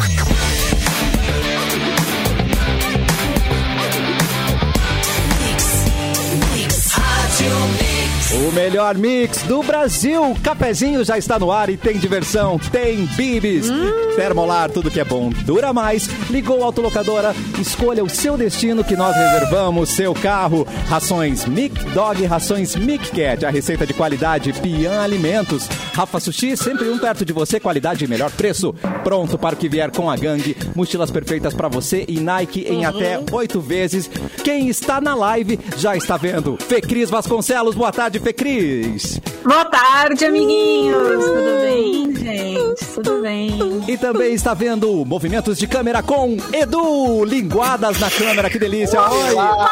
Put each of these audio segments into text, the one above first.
O melhor mix do Brasil. Cafezinho já está no ar e tem diversão, tem bibis. Termolar, tudo que é bom dura mais. Ligou a autolocadora, escolha o seu destino que nós reservamos seu carro. Rações Mic Dog, rações Mic Cat, a receita de qualidade Pian Alimentos. Rafa Sushi, sempre um perto de você, qualidade e melhor preço. Pronto para o que vier com a gangue. Mochilas perfeitas para você e Nike em até 8 vezes. Quem está na live já está vendo. Fê Cris Vasconcelos, boa tarde, Fê Cris. Boa tarde, amiguinhos. Tudo bem, gente? Tudo bem. E também está vendo movimentos de câmera com Edu. Linguadas na câmera, que delícia. Oi.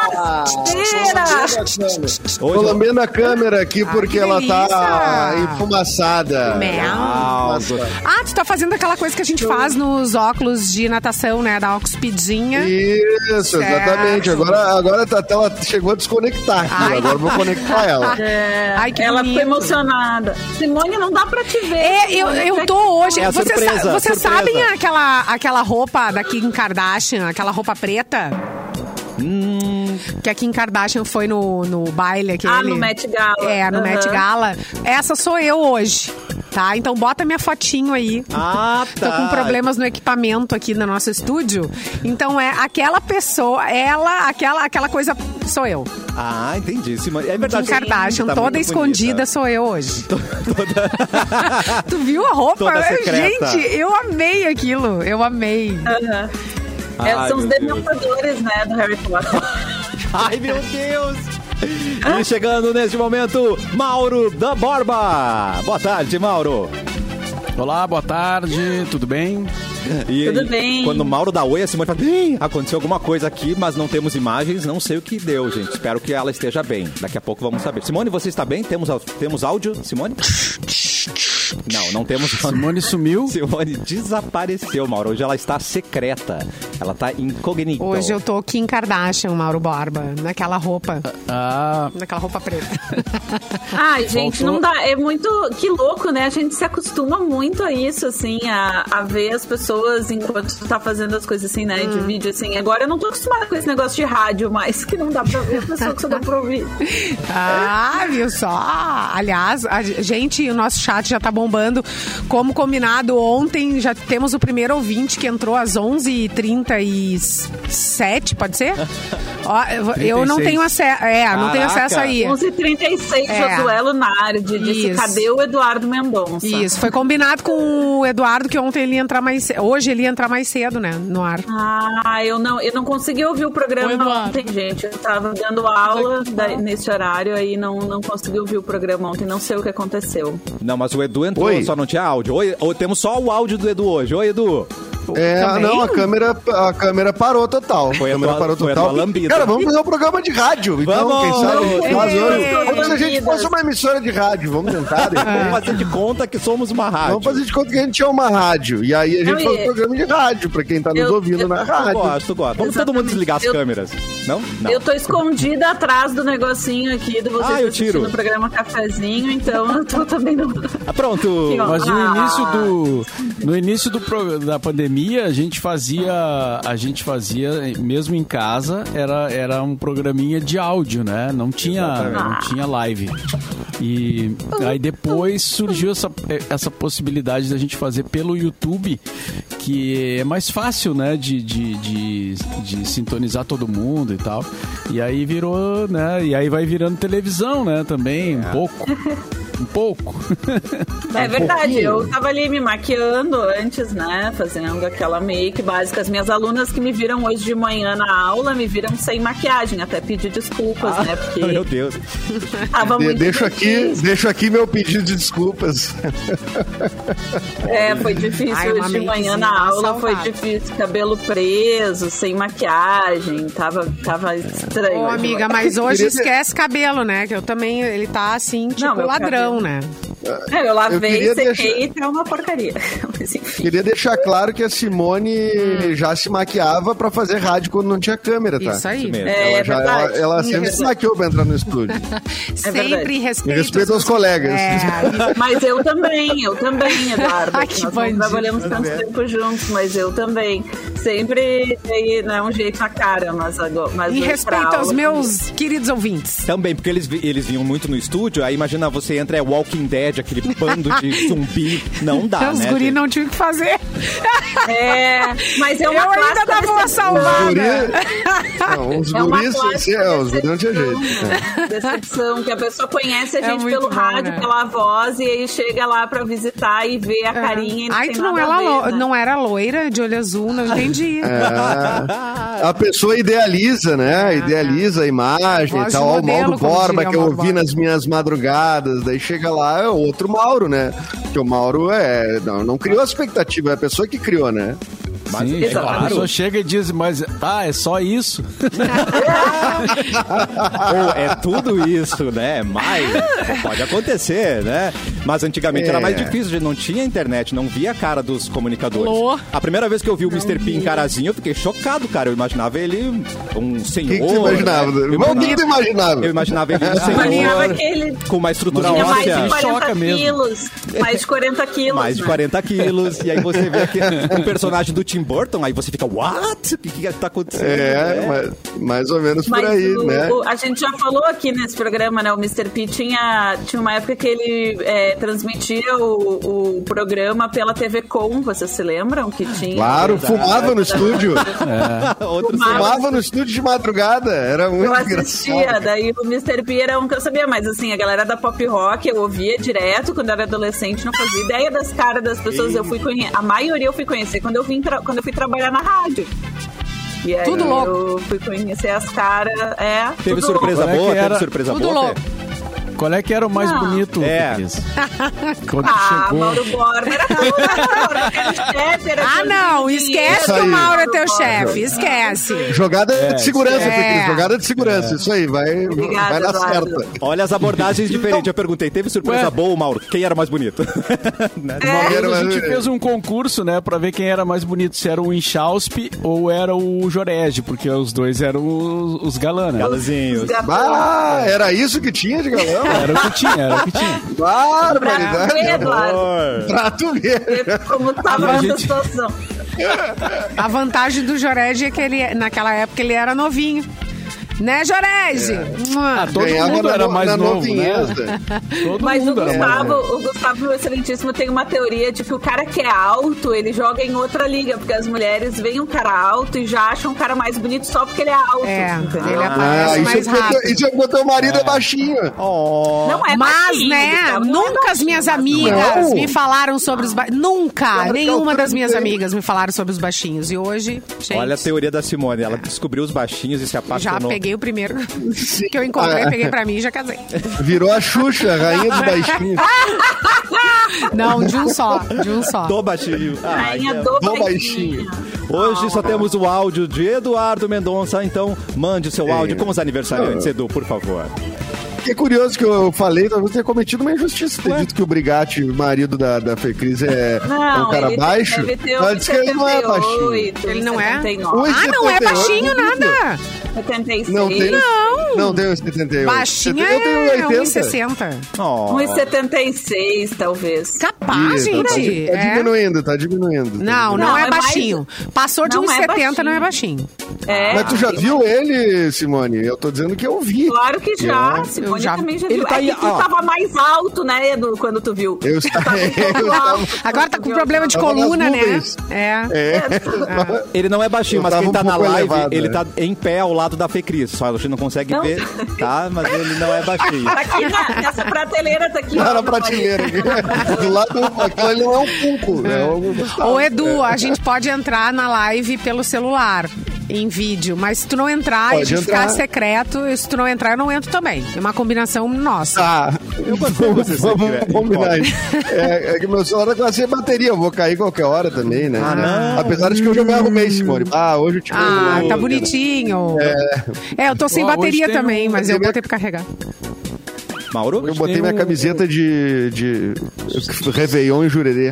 Tô lambendo a câmera aqui porque ela tá enfumaçada. Tu tá fazendo aquela coisa que a gente faz nos óculos de natação, né? Da cuspidinha. Isso, exatamente. Agora a tela chegou a desconectar aqui. Agora eu vou conectar ela. Ai, que ela bonito. ficou emocionada. Simone, não dá pra te ver. Eu tô hoje. É Vocês sabem aquela roupa da Kim Kardashian, aquela roupa preta? Que a Kim Kardashian foi no baile aquele. No Met Gala. No Met Gala. Essa sou eu hoje. Tá? Então bota minha fotinho aí. Tá. Tô com problemas no equipamento aqui no nosso estúdio. Então é aquela pessoa, aquela coisa sou eu. Entendi. É verdade. Kim Kardashian, tá toda escondida bonita. sou eu hoje. Tu viu a roupa? Toda secreta. Gente, eu amei aquilo. Eu amei. São os dementadores, né, do Harry Potter. Ai, meu Deus. E chegando neste momento, Mauro da Borba. Boa tarde, Mauro. Olá, boa tarde, tudo bem? Tudo bem. Quando o Mauro dá oi, a Simone fala: aconteceu alguma coisa aqui, mas não temos imagens, não sei o que deu, gente. Espero que ela esteja bem. Daqui a pouco vamos saber. Simone, você está bem? Temos áudio, Simone? Não temos. Simone sumiu. Simone desapareceu, Mauro. Hoje ela está secreta. Ela está incognita. Hoje eu tô Kim Kardashian, Mauro Borba, naquela roupa. Naquela roupa preta. Ai, gente, não dá. É muito... Que louco, né? A gente se acostuma muito a isso, assim, a ver as pessoas enquanto tu tá fazendo as coisas assim, né? De vídeo, assim. Agora eu não tô acostumada com esse negócio de rádio, mas que não dá pra ver a pessoa que só dá pra ouvir. Viu só? Aliás, o nosso chat já tá bombando. Como combinado ontem, já temos o primeiro ouvinte que entrou às 11h37, pode ser? Eu não tenho acesso. Não tenho acesso aí. 11h36, Josué Lunardi disse: cadê o Eduardo Mendonça? Isso, foi combinado com o Eduardo que ontem ele ia entrar mais cedo. Hoje ele ia entrar mais cedo, né? No ar. Eu não consegui ouvir o programa ontem, gente. Eu tava dando aula nesse horário aí, não consegui ouvir o programa ontem. Não sei o que aconteceu. Não, mas o Edu entrou, só não tinha áudio. Temos só o áudio do Edu hoje. Oi, Edu. A câmera parou total. Foi a tua lambida. Cara, vamos fazer um programa de rádio. Então, quem sabe? Como se a gente fosse uma emissora de rádio. Vamos tentar. Vamos fazer de conta que somos uma rádio. Vamos fazer de conta que a gente é uma rádio. E aí a gente faz um programa de rádio pra quem tá nos ouvindo na rádio. Tu gosta. Vamos todo mundo desligar as câmeras. Não? Eu tô escondida atrás do negocinho aqui do vocês assistindo no programa Cafezinho, então eu tô também no... Pronto. Mas no início da pandemia, a gente fazia, mesmo em casa, era um programinha de áudio, né? Não tinha live. E aí depois surgiu essa possibilidade da gente fazer pelo YouTube, que é mais fácil, né? De sintonizar todo mundo e tal. E aí virou, né? E aí vai virando televisão, né? Também, um pouco. É verdade, eu tava ali me maquiando antes, né, fazendo aquela make básica. As minhas alunas que me viram hoje de manhã na aula, me viram sem maquiagem, até pedir desculpas, né, porque... Meu Deus. Tava muito deixo aqui meu pedido de desculpas. Foi difícil hoje de manhã na aula, foi difícil, cabelo preso, sem maquiagem, tava estranho. Amiga, mas hoje esquece cabelo, né, que eu também, ele tá assim, tipo ladrão. Né? Eu lavei, sequei e tá uma porcaria. Mas, enfim. Queria deixar claro que a Simone já se maquiava pra fazer rádio quando não tinha câmera, tá? Isso aí. Ela sempre se maquiou pra entrar no estúdio. Sempre respeito aos colegas. Mas eu também, Eduardo. Ai, que nós não trabalhamos tanto tempo juntos, mas eu também. Sempre dei um jeito na cara, mas em respeito aos meus queridos ouvintes. Também, porque eles vinham muito no estúdio, aí imagina, você entra, Walking Dead, aquele bando de zumbi, não dá, os né? Os guri não tinham o que fazer. Mas é uma eu ainda dava uma salvada. Os guris não tinha jeito. Decepção, que a pessoa conhece a gente pelo rádio, pela voz, e aí chega lá pra visitar e vê a carinha. Ai, tu não era loira, de olho azul, não entendi. A pessoa idealiza, né? Idealiza a imagem e tal. O Mauro Borba, que eu ouvi nas minhas madrugadas. Daí chega lá, é outro Mauro, né? Porque o Mauro não criou a expectativa, é a pessoa que criou, né? Mas sim, a pessoa chega e diz, mas é só isso? Ou é tudo isso, né? Mas pode acontecer, né? Mas antigamente era mais difícil, a gente não tinha internet, não via a cara dos comunicadores. A primeira vez que eu vi o Mr. P em carazinho, eu fiquei chocado, cara. Eu imaginava ele um senhor. O que você imaginava? O que você imaginava? Eu imaginava ele um senhor com uma estrutura óssea. Mais de 40 quilos. Mais de 40 quilos. Mais de 40 quilos. E aí você vê um personagem do Tim Burton, aí você fica, what? O que tá acontecendo? Mais ou menos por aí, né? A gente já falou aqui nesse programa, né? O Mr. P tinha uma época que ele transmitia o programa pela TV Com, vocês se lembram? Que tinha... Claro, fumava no estúdio. Fumava no estúdio de madrugada, era muito engraçado. Eu assistia, daí o Mr. P era um que eu sabia, mas assim, a galera da pop rock eu ouvia direto, quando eu era adolescente, não fazia ideia das caras das pessoas, a maioria eu fui conhecer quando eu fui trabalhar na rádio. E aí tudo louco. Eu fui conhecer as caras. Teve surpresa boa? Teve surpresa boa? Tudo louco. Qual é que era o mais bonito, Cris? Quando chegou... Mauro Borba era não, esquece que o Mauro é teu chefe, esquece. Jogada de segurança, Cris, jogada de segurança, isso aí, vai dar certo. Olha as abordagens diferentes, eu perguntei, teve surpresa boa, Mauro? Quem era mais bonito? A gente fez um concurso, né, pra ver quem era mais bonito, se era o Inchauspe ou era o Jorege, porque os dois eram os galãs, né? Galazinhos. Era isso que tinha de galã? Era o que tinha. Barbaridade. Pra tu ver como tava essa situação. A vantagem do Jorege é que naquela época ele era novinho. Né, Jorege? Todo mundo era mais novo, né? Mas o Gustavo, meu excelentíssimo, tem uma teoria de que o cara que é alto, ele joga em outra liga, porque as mulheres veem um cara alto e já acham um cara mais bonito só porque ele é alto. Ele aparece mais rápido. Isso é porque o teu marido é baixinho. Não é baixinho, né? Gustavo, nunca as minhas amigas me falaram sobre os baixinhos. Nunca! Nenhuma das minhas amigas me falaram sobre os baixinhos. E hoje, gente... Olha a teoria da Simone. Ela descobriu os baixinhos e se apaixonou. Já peguei o primeiro que eu encontrei, peguei pra mim e já casei. Virou a Xuxa, a rainha dos baixinhos. Não, de um só. Do baixinho. Rainha do baixinho. Hoje só temos o áudio de Eduardo Mendonça, então mande o seu áudio com os aniversariantes, Edu, por favor. É curioso que eu falei, talvez tenha cometido uma injustiça. Ter dito que o Brigatti, o marido da Fecris, é um cara baixo. Ela disse que ele não é baixinho. Ele não é? 1,78. Não é baixinho nada. 76. Não tem 1,78. Baixinho eu tenho 80. 1,60. 1,76, talvez. Capaz, gente. Tá diminuindo. Não é baixinho. Passou de 1,70, não é baixinho. Mas tu já viu ele, Simone? Eu tô dizendo que eu vi. Claro que já. Simone também já viu. Tu tava mais alto, né, Edu, quando tu viu. Eu estava. Agora tá com problema de coluna, né? Ele não é baixinho, mas quem tá na live, ele tá em pé ao lado da Fecris. Só a gente não consegue ver, tá? Mas ele não é baixinho. Aqui nessa prateleira tá aqui. Na prateleira aqui. Do lado, aquilo ali não é um punco. Ô, Edu, a gente pode entrar na live pelo celular. Em vídeo, mas se tu não entrar e a gente ficar secreto, se tu não entrar, eu não entro também. É uma combinação nossa. Tá. Vamos combinar isso. É que meu celular tá sem bateria, eu vou cair qualquer hora também, né? Apesar de que eu já me arrumei, Simone. Hoje eu te tá bonitinho. Eu tô sem bateria também, mas eu botei pra carregar. Mauro? Eu botei minha camiseta de Réveillon em Jurerê.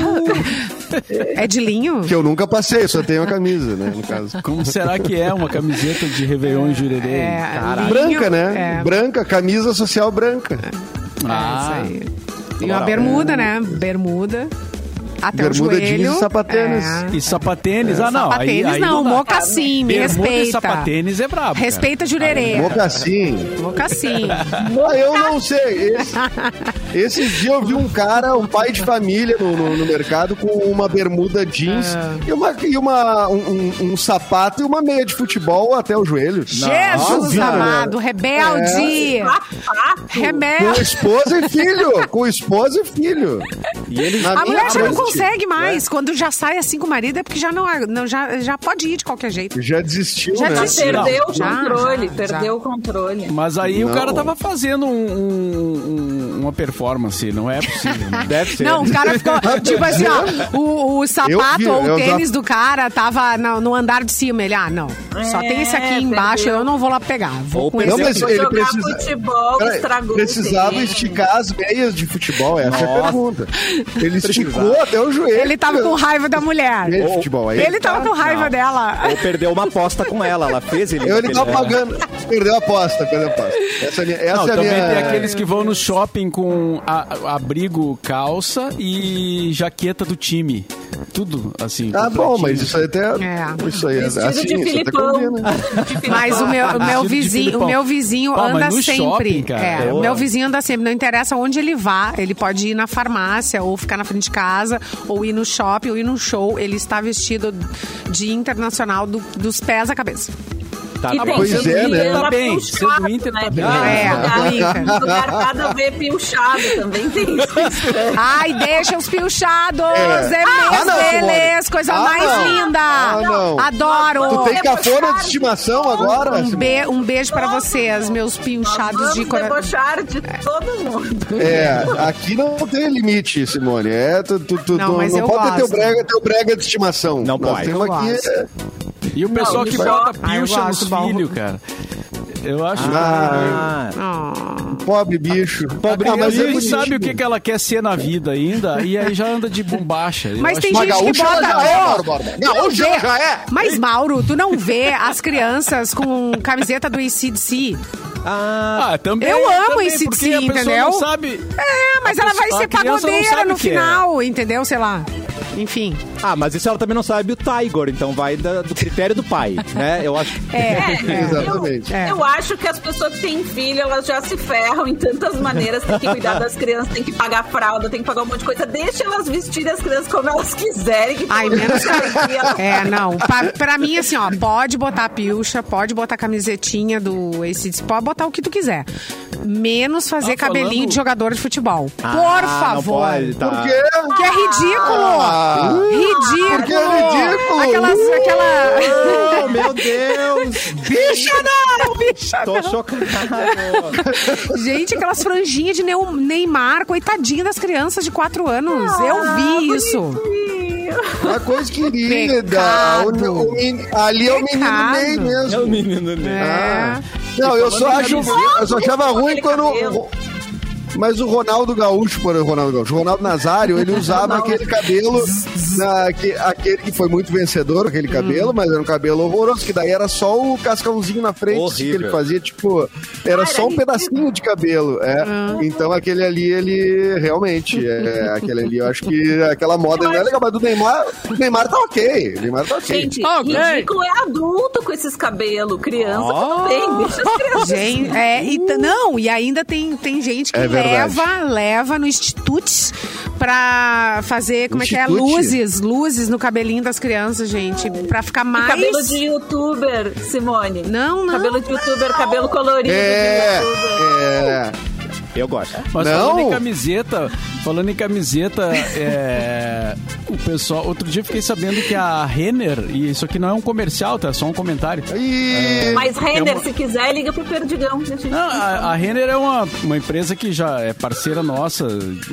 É de linho? Que eu nunca passei, só tenho a camisa, né, no caso. Como será que é uma camiseta de Réveillon em Jurerê? Linho, branca, né? Branca, camisa social branca. Isso aí. E uma bermuda, né? Bermuda. Até bermuda, o joelho. Jeans e sapatênis. E sapatênis? Ah, não. Sapatênis aí não, dá. mocassim, me Bermuda respeita. e sapatênis é brabo. Respeita Jurerê. Mocassim. Mocassim. Eu não sei. Esses dias eu vi um cara, um pai de família no mercado com uma bermuda jeans e um sapato e uma meia de futebol até o joelho. Jesus amado, rebelde. Rebelde. Com esposa e filho. E eles A mulher já não consegue mais. Quando já sai assim com o marido é porque já já pode ir de qualquer jeito. Já desistiu, Já né? desistiu. Perdeu o controle, Já. perdeu o controle. Mas aí o cara tava fazendo uma performance, não é possível. Né? Deve ser. Não, o cara ficou, tipo assim, ó, o sapato ou o tênis do cara tava no andar de cima. Ele, não, só tem esse aqui embaixo, perdeu. eu não vou lá pegar. Vou Ou com perdeu. esse Não, mas aqui. ele Jogar futebol, estragou precisava o tênis. esticar as meias de futebol, essa é a Nossa. pergunta. Ele esticou até o joelho. Ele tava com raiva da mulher. Meia de futebol, aí Ele tava com raiva dela. Ou perdeu uma aposta com ela. Ela fez ele. Ele tava pagando. Perdeu a aposta. Essa é a Não, minha. também tem aqueles que vão no shopping com abrigo, calça e jaqueta do time. Tudo assim. Tá bom, mas isso aí até. Isso aí, Vestido assim, de isso até Filipão. combina. Mas o meu vizinho Pá, mas anda no sempre. shopping, cara. O meu vizinho anda sempre. Não interessa onde ele vá. Ele pode ir na farmácia, ou ficar na frente de casa, ou ir no shopping, ou ir num show. Ele está vestido de internacional dos pés à cabeça. Tá, E tá tem bom. Pois sendo é, né? Inter Tá bem, pilchado, sendo Inter, tá bem. Lugar cada vez pilchado também tem isso. Ai, deixa os pilchados. É não, beleza, Simone. coisa mais não. linda. Não. Adoro. Tu tem cafona de estimação agora? Um beijo pra vocês, meus pilchados de Vamos coração. debochar de todo mundo. Aqui não tem limite, Simone. Tu Não, mas não eu pode ter gosto. teu brega de estimação. Não Nós pode. temos Eu aqui. gosto. E o pessoal que bota eu pilcha gosto, nos bom. filhos, cara. Eu acho Pobre bicho. Pobre, mas ele bonito. sabe o que ela quer ser na vida ainda, e aí já anda de bombacha. Eu Mas acho tem Uma gente que gaúcha bota. já é, Ó, Mauro Borba. tu não Gaúcha vê. já é. Mas, Mauro, tu não vê as crianças com camiseta do AC/DC? também. Eu amo também, esse porque sim, a pessoa entendeu? não sabe. Mas ela vai a ser criança não pagodeira sabe no o que é. final, entendeu? Sei lá. Enfim. Mas isso ela também não sabe o Tiger, então vai do critério do pai, né? Eu acho. Exatamente. Eu acho que as pessoas que têm filho, elas já se ferram em tantas maneiras. Tem que cuidar das crianças, tem que pagar fralda, tem que pagar um monte de coisa. Deixa elas vestirem as crianças como elas quiserem. Que Ai, pelo menos. elas- Não. Pra mim, assim, ó, pode botar pilcha, pode botar camisetinha do AC/DC, pode botar o que tu quiser. Menos fazer cabelinho de jogador de futebol. Por favor. Não pode, tá. Por quê? Que é ridículo! Ridículo! Por que é ridículo? Oh, meu Deus! Bicha não! Tô chocado. Gente, aquelas franjinhas de Neymar, coitadinha das crianças de 4 anos. Eu vi isso. Uma coisa querida. Pecado. Ali é o menino Pecado. Ney mesmo. É o menino dele. Não, eu só achava ruim aquele quando. cabelo. Mas o Ronaldo Gaúcho, o Ronaldo Nazário, ele usava aquele cabelo, aquele que foi muito vencedor, aquele cabelo, mas era um cabelo horroroso, que daí era só o cascãozinho na frente Horrível. que ele fazia, tipo, era só um pedacinho de cabelo. Então aquele ali, ele realmente, aquele ali, eu acho que aquela moda não é legal, mas do Neymar tá ok. O Neymar tá ok. Gente, ridículo é adulto com esses cabelos. Criança tudo bem, deixa as crianças. Gente, e ainda tem gente que leva no Instituto pra fazer, como é que é? Luzes no cabelinho das crianças, gente. Pra ficar mais... Cabelo de youtuber, Simone. Não. Cabelo de youtuber, cabelo colorido de youtuber. Eu gosto. Mas Não. falando em camiseta, o pessoal... Outro dia eu fiquei sabendo que a Renner, e isso aqui não é um comercial, tá? É só um comentário. Mas Renner, se quiser, liga pro Perdigão. Não, a Renner é uma empresa que já é parceira nossa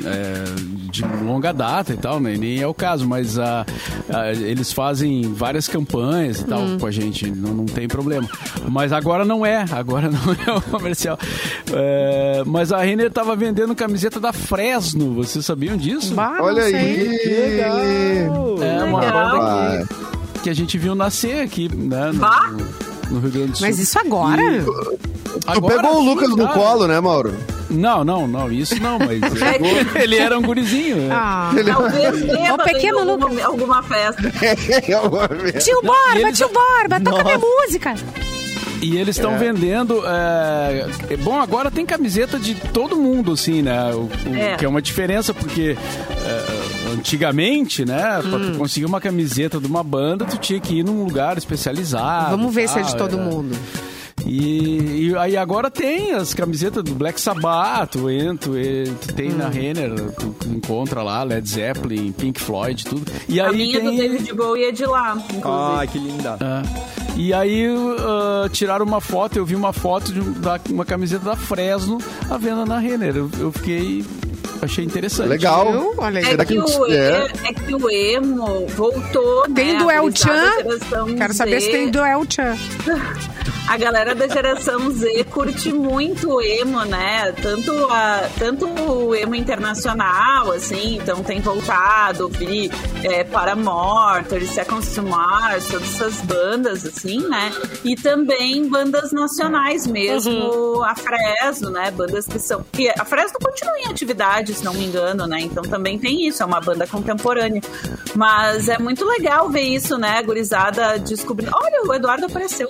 de longa data e tal, né? Nem é o caso, mas eles fazem várias campanhas e tal com a gente, não tem problema. Mas agora não é um comercial. Mas a Renner tava vendendo camiseta da Fresno. Vocês sabiam disso? Olha aí. Que legal. É uma banda que a gente viu nascer aqui, né? No Rio Grande do Sul. Mas isso agora? Tu pegou o Lucas no colo, né, Mauro? Não, isso não, mas ele era um gurizinho. Talvez O pequeno Lucas. alguma festa. Tio Borba, toca minha música. E eles estão vendendo. Bom, agora tem camiseta de todo mundo, assim, né? Que é uma diferença, porque antigamente, né? Pra tu conseguir uma camiseta de uma banda, tu tinha que ir num lugar especializado. Vamos ver se é de todo mundo. E aí agora tem as camisetas do Black Sabbath, tu tem na Renner, tu encontra lá Led Zeppelin, Pink Floyd, tudo. E aí a minha do David Bowie é de lá, inclusive. Que linda. E aí tiraram uma foto, eu vi uma foto de uma camiseta da Fresno à venda na Renner. Eu achei interessante. Legal. Olha aí. É que o emo voltou, tem né? do El Chan. Quero saber se tem do El Chan. A galera da geração Z curte muito o emo, né? Tanto o emo internacional, assim, então tem voltado, vi Paramore, 30 Seconds to Mars, todas essas bandas, assim, né? E também bandas nacionais mesmo, a Fresno, né? Bandas que são... Porque a Fresno continua em atividade, se não me engano, né? Então também tem isso, é uma banda contemporânea. Mas é muito legal ver isso, né? A gurizada descobrindo... Olha, o Eduardo apareceu.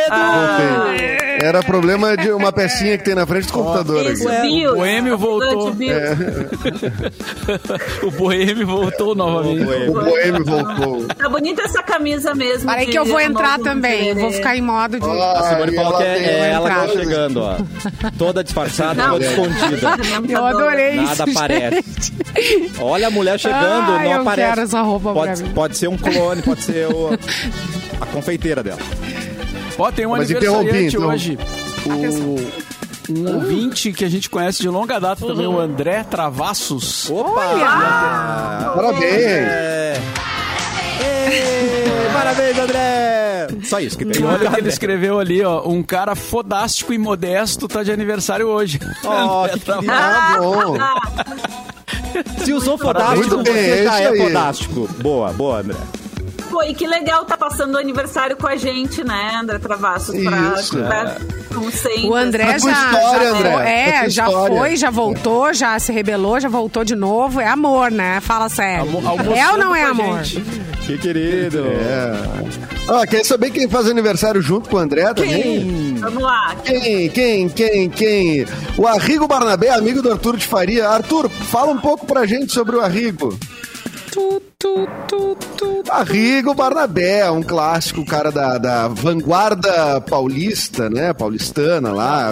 Era problema de uma pecinha que tem na frente do computador aqui. O Boêmio voltou. O Boêmio voltou novamente. O Boêmio voltou. Tá bonita essa camisa mesmo. Parei que eu vou entrar também. Eu vou ficar em modo de... A Simone falou que é ela que tá chegando, ó. Toda disfarçada, toda escondida. Eu adorei isso, Nada aparece. Olha a mulher chegando, não eu aparece. Quero essa roupa pra mim. Pode ser um clone, pode ser a confeiteira dela. Tem um aniversariante hoje. Um ouvinte que a gente conhece de longa data também, o André Travassos. Opa! Parabéns! Parabéns, André! Só isso que tem. E olha o que ele escreveu ali, ó. Um cara fodástico e modesto tá de aniversário hoje. Que bom! Se eu sou fodástico, você já é fodástico. Boa, André. Pô, e que legal tá passando o aniversário com a gente, né, André Travassos? Como sempre. O André já foi, já voltou, já se rebelou, já voltou de novo. É amor, né? Fala sério. É ou não é amor? Que querido. Quer saber quem faz aniversário junto com o André também? Vamos lá. Quem? O Arrigo Barnabé, amigo do Arthur de Faria. Arthur, fala um pouco pra gente sobre o Arrigo. Arrigo Barnabé, um clássico, cara da vanguarda paulista, né? Paulistana lá.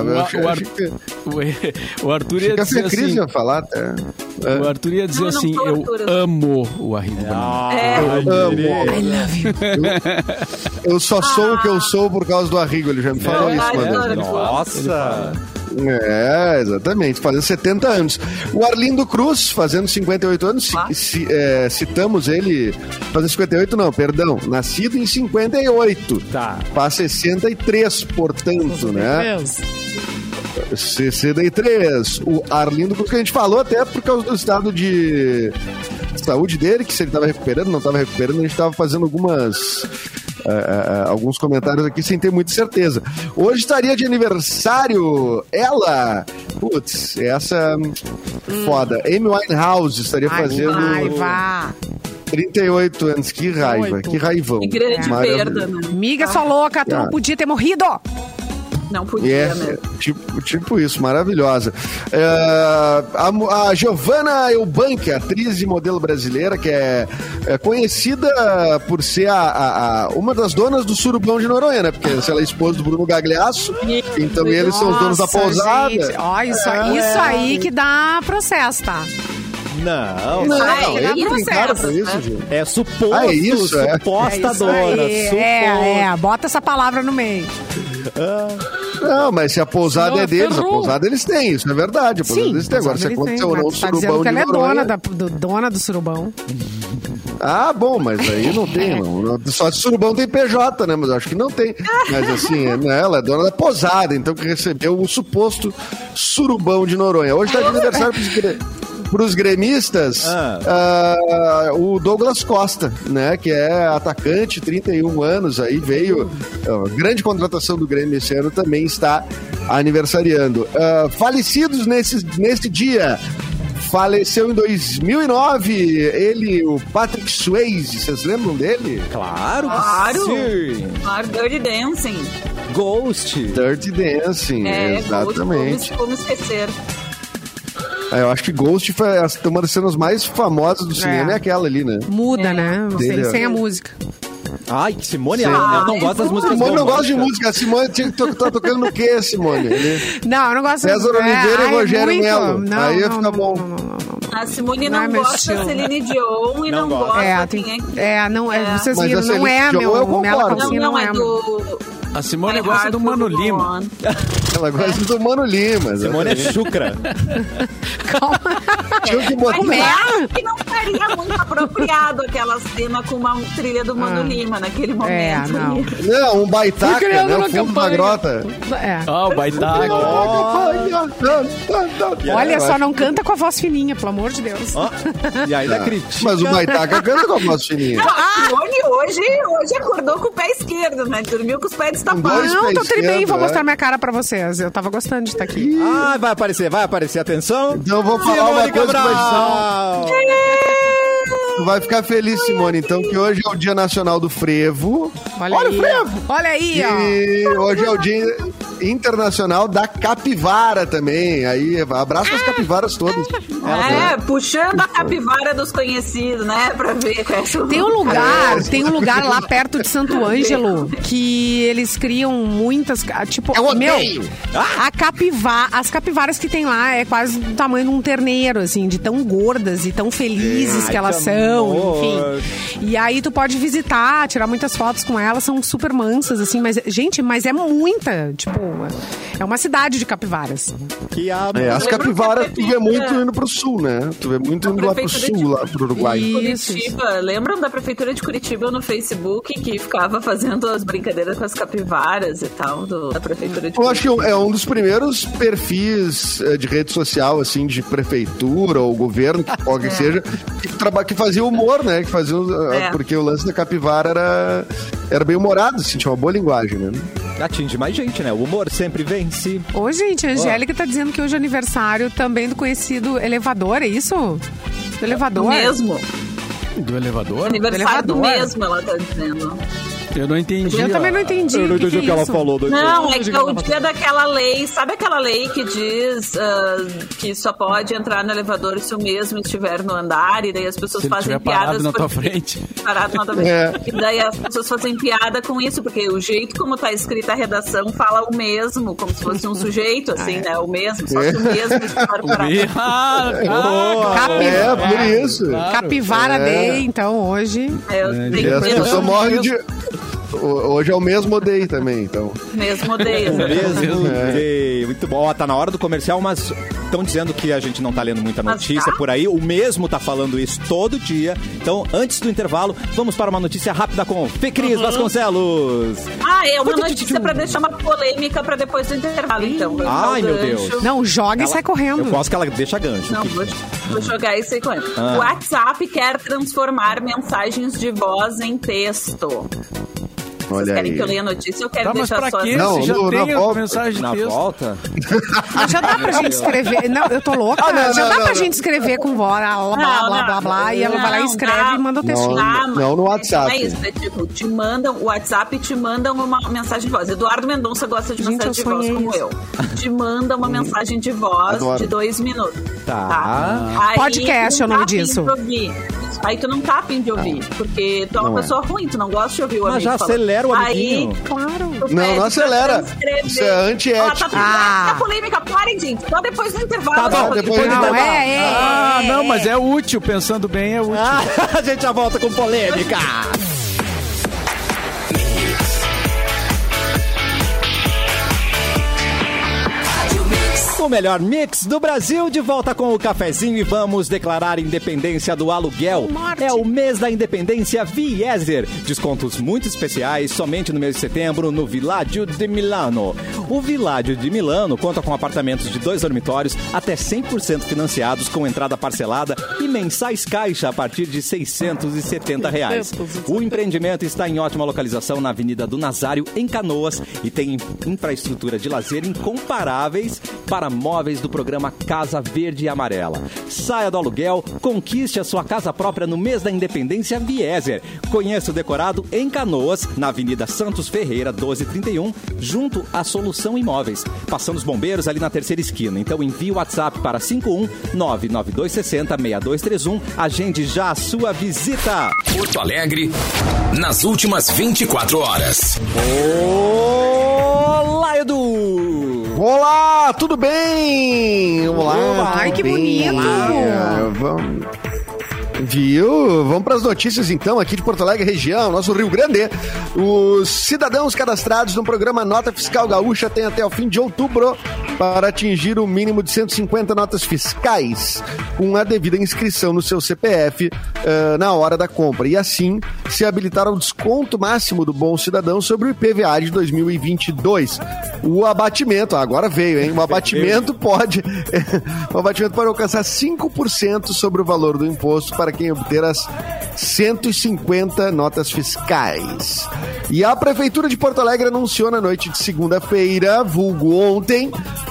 O Arthur ia dizer assim... ia falar até. O Arthur ia dizer assim, eu amo o Arrigo Barnabé. Eu amo. I love you. Eu só sou o que eu sou por causa do Arrigo, ele já me falou isso uma vez. Nossa! Exatamente, fazendo 70 anos. O Arlindo Cruz, fazendo 58 anos, citamos ele, fazendo 58 não, perdão, nascido em 58. Tá. Faz 63, portanto, né? 63. O Arlindo Cruz, que a gente falou até por causa do estado de saúde dele, que se ele estava recuperando, não estava recuperando, a gente estava fazendo alguns comentários aqui sem ter muita certeza. Hoje estaria de aniversário ela, essa foda, Amy Winehouse estaria fazendo 38 anos, que raiva, que raivão. Que grande perda, né? Amiga, sua louca, tu não podia ter morrido. Não podia mesmo. Tipo isso, maravilhosa. A Giovanna Eubank, atriz e modelo brasileira, que é conhecida por ser uma das donas do Surubão de Noronha, né? Porque ela é esposa do Bruno Gagliasso, então eles são os donos da pousada. Gente, isso aí que dá processo, tá? Não, ele tem cara pra isso, gente. É suposto, suposta dona. Bota essa palavra no meio. Não, mas se a pousada é deles, a pousada eles têm, isso é verdade. A pousada eles têm. Agora, se aconteceu ou não o Surubão de Noronha... Ela é dona do Surubão. Ah, bom, mas aí não tem, não. Só de surubão tem PJ, né? Mas eu acho que não tem. Mas assim, ela é dona da posada, então que recebeu o suposto surubão de Noronha. Hoje tá de aniversário pros gremistas, o Douglas Costa, né? Que é atacante, 31 anos, aí veio. Grande contratação do Grêmio esse ano, também está aniversariando. Falecidos nesse dia. Faleceu em 2009, ele, o Patrick Swayze, vocês lembram dele? Claro, sim. Claro, Dirty Dancing. Dirty Dancing, exatamente. Como esquecer. Eu acho que Ghost foi uma das cenas mais famosas do cinema, é aquela ali, né? Muda, né? Sem a música. Ai, Simone, eu não gosto das músicas. Simone não gosta de música. A Simone tá tocando no quê, Simone? Não, eu não gosto. César Oliveira e Rogério Melo. Aí ia ficar bom. A Simone não gosta da Celine Dion e não gosta. Vocês viram, não é meu. Não é do... A Simone gosta do Mano Lima. Ela gosta do Mano Lima. Simone é chucra. Calma. Tinha que botar. Que não estaria muito apropriado aquela cena com uma trilha do Mano Lima naquele momento. Não, um baitaca, né? O fundo da grota. O baitaca. Olha só, não canta com a voz fininha, pelo amor de Deus. E ainda critica. Mas o baitaca canta com a voz fininha. A Simone hoje acordou com o pé esquerdo, né? Dormiu com os pés destapados. Não, tô tudo bem, vou mostrar minha cara pra vocês. Eu tava gostando de estar aqui. Vai aparecer, atenção. Então eu vou falar uma coisa que vai ficar feliz, Simone, então, que hoje é o Dia Nacional do Frevo. Olha aí, o frevo! Olha aí, ó. E hoje é o Dia Internacional da Capivara também. Aí, abraço as capivaras todas. Puxando a capivara dos conhecidos, né? Pra ver. Tem um lugar lá perto de Santo Ângelo que eles criam muitas, tipo, as capivaras que tem lá é quase do tamanho de um terneiro, assim, de tão gordas e tão felizes que elas são, enfim. E aí tu pode visitar, tirar muitas fotos com elas, são super mansas, assim, mas, gente, é muita, tipo, é uma cidade de capivaras. As capivaras tu vê muito indo pro sul, né? Tu vê muito indo lá pro sul, lá pro Uruguai. Curitiba, lembram da prefeitura de Curitiba no Facebook que ficava fazendo as brincadeiras com as capivaras e tal, da prefeitura de Curitiba? Eu acho que é um dos primeiros perfis de rede social, assim, de prefeitura ou governo, que qualquer seja, que fazia humor, né? Que fazia, porque o lance da capivara era bem humorado, assim, tinha uma boa linguagem, né? Atinge mais gente, né? O humor sempre vence. Ô, gente, a Angélica tá dizendo que hoje é aniversário também do conhecido elevador, é isso? Do elevador? Mesmo. Do elevador? Aniversário do mesmo, ela tá dizendo. Eu não entendi. Eu também não entendi. Eu não entendi o que ela falou. Não, é que é o dia daquela lei. Sabe aquela lei que diz que só pode entrar no elevador se o mesmo estiver no andar? E daí as pessoas fazem piadas. Na tua frente. Parado na tua frente. E daí as pessoas fazem piada com isso, porque o jeito como tá escrita a redação fala o mesmo, como se fosse um sujeito, assim, né? O mesmo, só que o mesmo estiver parado. Por isso. Claro. Capivara Day, então, hoje. E as pessoas morrem de... Hoje é o mesmo day também, então. Mesmo day, day. Muito bom. Tá na hora do comercial, mas estão dizendo que a gente não tá lendo muita notícia por aí. O mesmo tá falando isso todo dia. Então, antes do intervalo, vamos para uma notícia rápida com Fê Cris Vasconcelos. É uma notícia pra deixar uma polêmica pra depois do intervalo, então. Ai, meu Deus. Não, joga e sai correndo. Eu gosto que ela deixa gancho. Não, vou jogar isso aí correndo. O WhatsApp quer transformar mensagens de voz em texto. Vocês querem que eu leia a notícia ou quero deixar só assim? Não, já tem a mensagem de texto. Volta? Já dá pra gente escrever. Não, eu tô louca. Já dá pra gente escrever com voz, blá, blá, e ela vai lá e escreve e manda o texto. Não no WhatsApp. É isso, tipo, o WhatsApp te mandam uma mensagem de voz. Eduardo Mendonça gosta de mensagem de voz como eu. Te manda uma mensagem de voz de 2 minutos. Tá. Podcast é o nome disso. Aí tu não tá a fim de ouvir, porque tu é uma pessoa ruim, tu não gosta de ouvir o amigo. Mas já acelera o amiguinho. Aí, claro. Não acelera. Isso é antiético. Tá polêmica, parem, gente. Só depois do intervalo. Tá bom, depois do intervalo. Não, mas é útil, pensando bem, é útil. A gente já volta com polêmica. O melhor mix do Brasil, de volta com o cafezinho e vamos declarar independência do aluguel. É o mês da independência Vieser. Descontos muito especiais somente no mês de setembro no Villaggio di Milano. O Villaggio di Milano conta com apartamentos de 2 dormitórios até 100% financiados com entrada parcelada e mensais caixa a partir de R$670. O empreendimento está em ótima localização na Avenida do Nazário, em Canoas, e tem infraestrutura de lazer incomparáveis para móveis do programa Casa Verde e Amarela. Saia do aluguel, conquiste a sua casa própria no mês da independência Vieser. Conheça o decorado em Canoas, na Avenida Santos Ferreira, 1231, junto à Solução Imóveis. Passando os bombeiros ali na terceira esquina. Então envie o WhatsApp para 51992606231. Agende já a sua visita. Porto Alegre, nas últimas 24 horas. Olá, Edu! Olá, tudo bem? Olá, ai, que bem? bonito! Vamos para as notícias então aqui de Porto Alegre, região, nosso Rio Grande. Os cidadãos cadastrados no programa Nota Fiscal Gaúcha têm até o fim de outubro para atingir o mínimo de 150 notas fiscais com a devida inscrição no seu CPF na hora da compra. E assim se habilitar ao desconto máximo do Bom Cidadão sobre o IPVA de 2022. O abatimento, agora veio, hein? O abatimento pode alcançar 5% sobre o valor do imposto para quem obter as 150 notas fiscais. E a Prefeitura de Porto Alegre anunciou na noite de segunda-feira, vulgo ontem,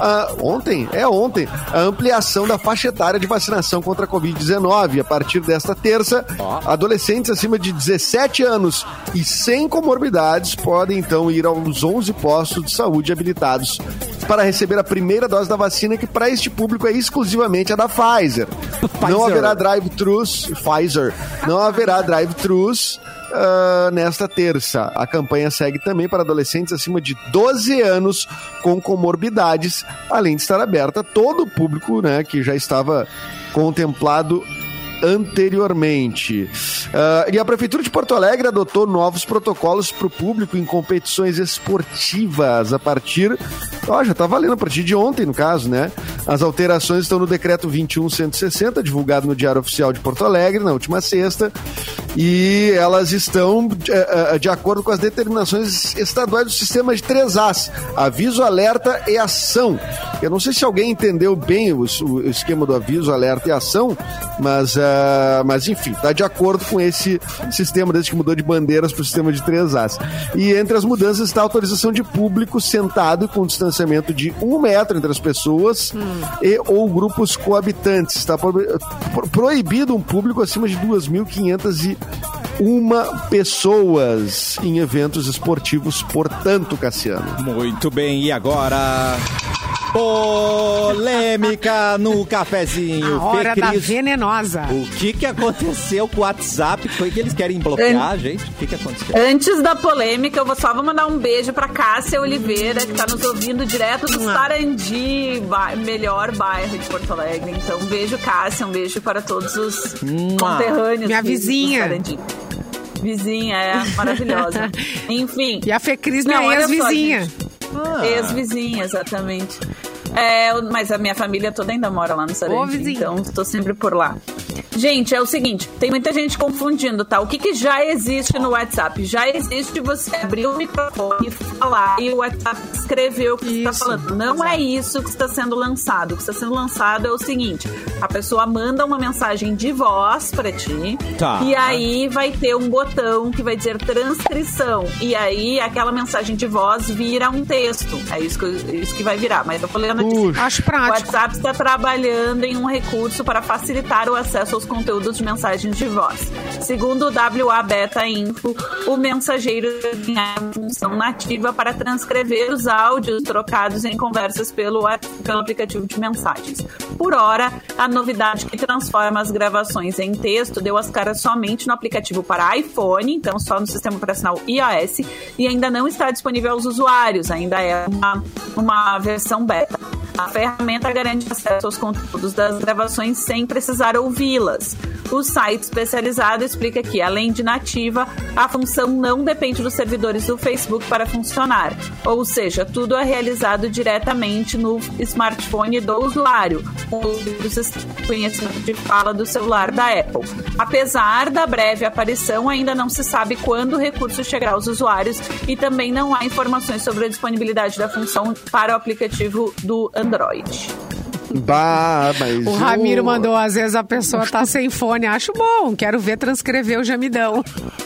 a ampliação da faixa etária de vacinação contra a Covid-19. A partir desta terça, adolescentes acima de 17 anos e sem comorbidades podem então ir aos 11 postos de saúde habilitados para receber a primeira dose da vacina, que para este público é exclusivamente a da Pfizer. Não haverá drive-thrus, nesta terça. A campanha segue também para adolescentes acima de 12 anos com comorbidades, além de estar aberta a todo o público, né, que já estava contemplado anteriormente. E a Prefeitura de Porto Alegre adotou novos protocolos para o público em competições esportivas a partir... já está valendo a partir de ontem, no caso, né? As alterações estão no Decreto 21.160, divulgado no Diário Oficial de Porto Alegre, na última sexta, e elas estão de acordo com as determinações estaduais do sistema de 3As, aviso, alerta e ação. Eu não sei se alguém entendeu bem o esquema do aviso, alerta e ação, mas enfim, está de acordo com esse sistema, desde que mudou de bandeiras para o sistema de 3As. E entre as mudanças está a autorização de público sentado com distanciamento de 1 metro entre as pessoas e ou grupos coabitantes. Está proibido um público acima de 2.501 pessoas em eventos esportivos, portanto, Cassiano. Muito bem, e agora... polêmica no cafezinho. A hora da venenosa. O que aconteceu com o WhatsApp? Foi que eles querem bloquear, gente? O que aconteceu? Antes da polêmica, eu vó mandar um beijo pra Cássia Oliveira, que tá nos ouvindo direto do Sarandi, melhor bairro de Porto Alegre. Então, um beijo, Cássia, um beijo para todos os conterrâneos. Minha vizinha. Vizinha, é maravilhosa. Enfim. E a Fecris, minha ex-vizinha. Ex-vizinha, exatamente. Mas a minha família toda ainda mora lá no Sarandi, então estou sempre por lá. Gente, é o seguinte, tem muita gente confundindo, tá? O que já existe no WhatsApp? Já existe você abrir o microfone e falar e o WhatsApp escrever o que você está falando. Não é isso que está sendo lançado. O que está sendo lançado é o seguinte, a pessoa manda uma mensagem de voz pra ti, e aí vai ter um botão que vai dizer transcrição, e aí aquela mensagem de voz vira um texto. É isso que vai virar, mas eu falei na acho prático. O WhatsApp está trabalhando em um recurso para facilitar o acesso aos conteúdos de mensagens de voz. Segundo o WA Beta Info, o mensageiro tem a função nativa para transcrever os áudios trocados em conversas pelo aplicativo de mensagens. Por hora, a novidade que transforma as gravações em texto deu as caras somente no aplicativo para iPhone, então só no sistema operacional iOS, e ainda não está disponível aos usuários, ainda é uma versão beta. A ferramenta garante acesso aos conteúdos das gravações sem precisar ouvi-las. O site especializado explica que, além de nativa, a função não depende dos servidores do Facebook para funcionar. Ou seja, tudo é realizado diretamente no smartphone do usuário, com o conhecimento de fala do celular da Apple. Apesar da breve aparição, ainda não se sabe quando o recurso chegará aos usuários e também não há informações sobre a disponibilidade da função para o aplicativo do Android. Mas o Ramiro mandou, às vezes a pessoa tá sem fone, acho bom, quero ver transcrever o gemidão.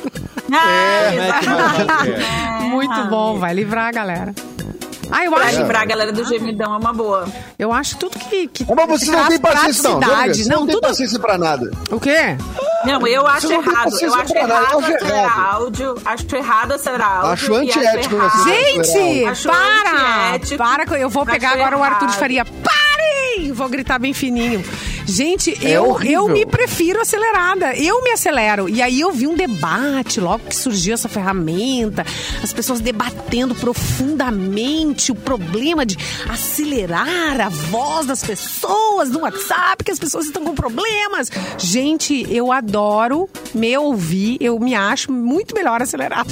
Muito bom, vai livrar a galera. Eu pra acho livrar a galera do gemidão é uma boa. Eu acho tudo que mas você não tem paciência, não. Você não tem paciência pra nada. O quê? Não, eu acho errado. Eu acho errado acelerar áudio. Acho errado acelerar áudio. Acho antiético. Gente, para. Eu vou pegar agora o Arthur de Faria. Parem! Vou gritar bem fininho. Gente, eu me prefiro acelerada. Eu me acelero. E aí eu vi um debate logo que surgiu essa ferramenta. As pessoas debatendo profundamente o problema de acelerar a voz das pessoas no WhatsApp, que as pessoas estão com problemas. Gente, eu adoro me ouvir. Eu me acho muito melhor acelerada.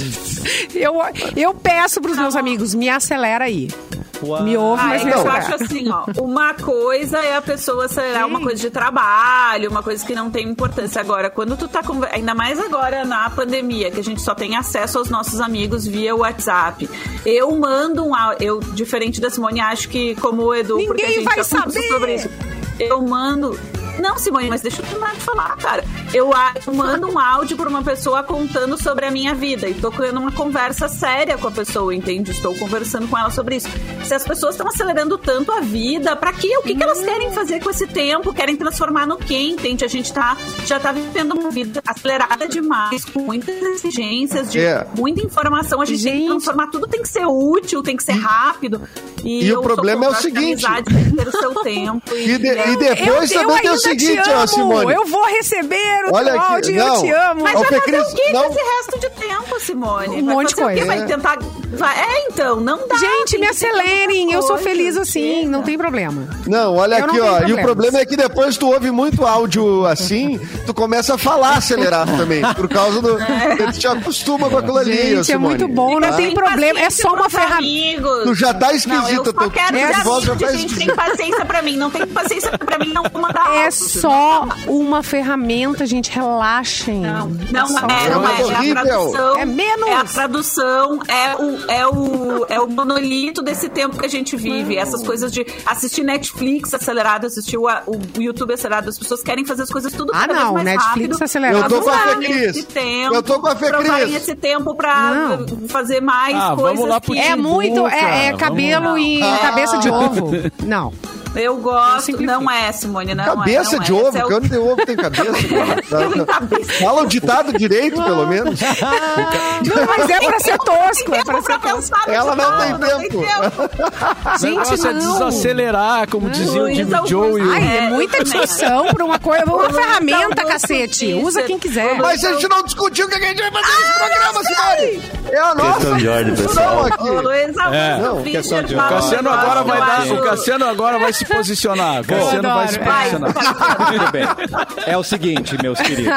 Eu peço pros meus amigos, me acelera aí. Uau. Me ouve, mas me acelera. Eu acho assim, uma coisa é a pessoa acelerar uma coisa de trabalho, uma coisa que não tem importância. Agora, quando tu tá ainda mais agora na pandemia, que a gente só tem acesso aos nossos amigos via WhatsApp. Eu mando eu, diferente da Simone, acho que como o Edu, porque a gente vai já saber sobre isso. Eu mando... Não, Simone, mas deixa eu terminar de falar, cara. Eu mando um áudio pra uma pessoa contando sobre a minha vida e tô criando uma conversa séria com a pessoa, entende? Estou conversando com ela sobre isso. Se as pessoas estão acelerando tanto a vida, pra quê? O que elas querem fazer com esse tempo? Querem transformar no quê, entende? A gente já tá vivendo uma vida acelerada demais, com muitas exigências, muita informação. A gente tem que transformar, tudo tem que ser útil, tem que ser rápido. E o problema é o seguinte... Tem que ter o seu tempo. E depois também tem o seguinte, Simone. Eu vou receber o teu áudio e eu te amo. Mas vai fazer o que com esse resto de tempo, Simone? Um monte de coisa. Vai tentar... então, não dá. Gente, me acelerem. Eu sou feliz assim, não tem problema. Não, olha aqui, E o problema é que depois tu ouve muito áudio assim, tu começa a falar acelerado também. Por causa do... Tu te acostuma com aquilo ali, Gente, Simone. É muito bom, não tem problema. É só uma ferramenta. Tu já tá esquisito. Eu só quero gente tem paciência pra mim. Não tem paciência pra mim, não vou mandar É só uma ferramenta, gente. Relaxem. Não é. É a tradução. É menos. É a tradução. É o monolito desse tempo que a gente vive. Essas coisas de assistir Netflix acelerado, assistir o YouTube acelerado. As pessoas querem fazer as coisas tudo cada vez mais Netflix rápido. acelerado. Eu tô com a Fê Cris. Eu tô com a Fê Cris. Esse tempo pra fazer mais coisas. Vamos lá pro é muito. É cabelo e cabeça de ovo. Não. Eu gosto. Não é, Simone, não cabeça é. de ovo? Cano de ovo tem cabeça. Fala o ditado direito, pelo menos. Não, mas é pra ser tosco. É pra ser tosco. Ela não tem tempo. Gente, não. É desacelerar, como dizia o Jimmy Joe. É muita discussão por uma coisa. Uma ferramenta, cacete. Usa quem quiser. Mas a gente não discutiu o que a gente vai fazer nesse programa, Simone. É a nossa. Questão de ordem, pessoal. Questão de ordem. O Cassiano agora vai se posicionar. Cassiano vai se posicionar. Muito bem. É o seguinte, meus queridos.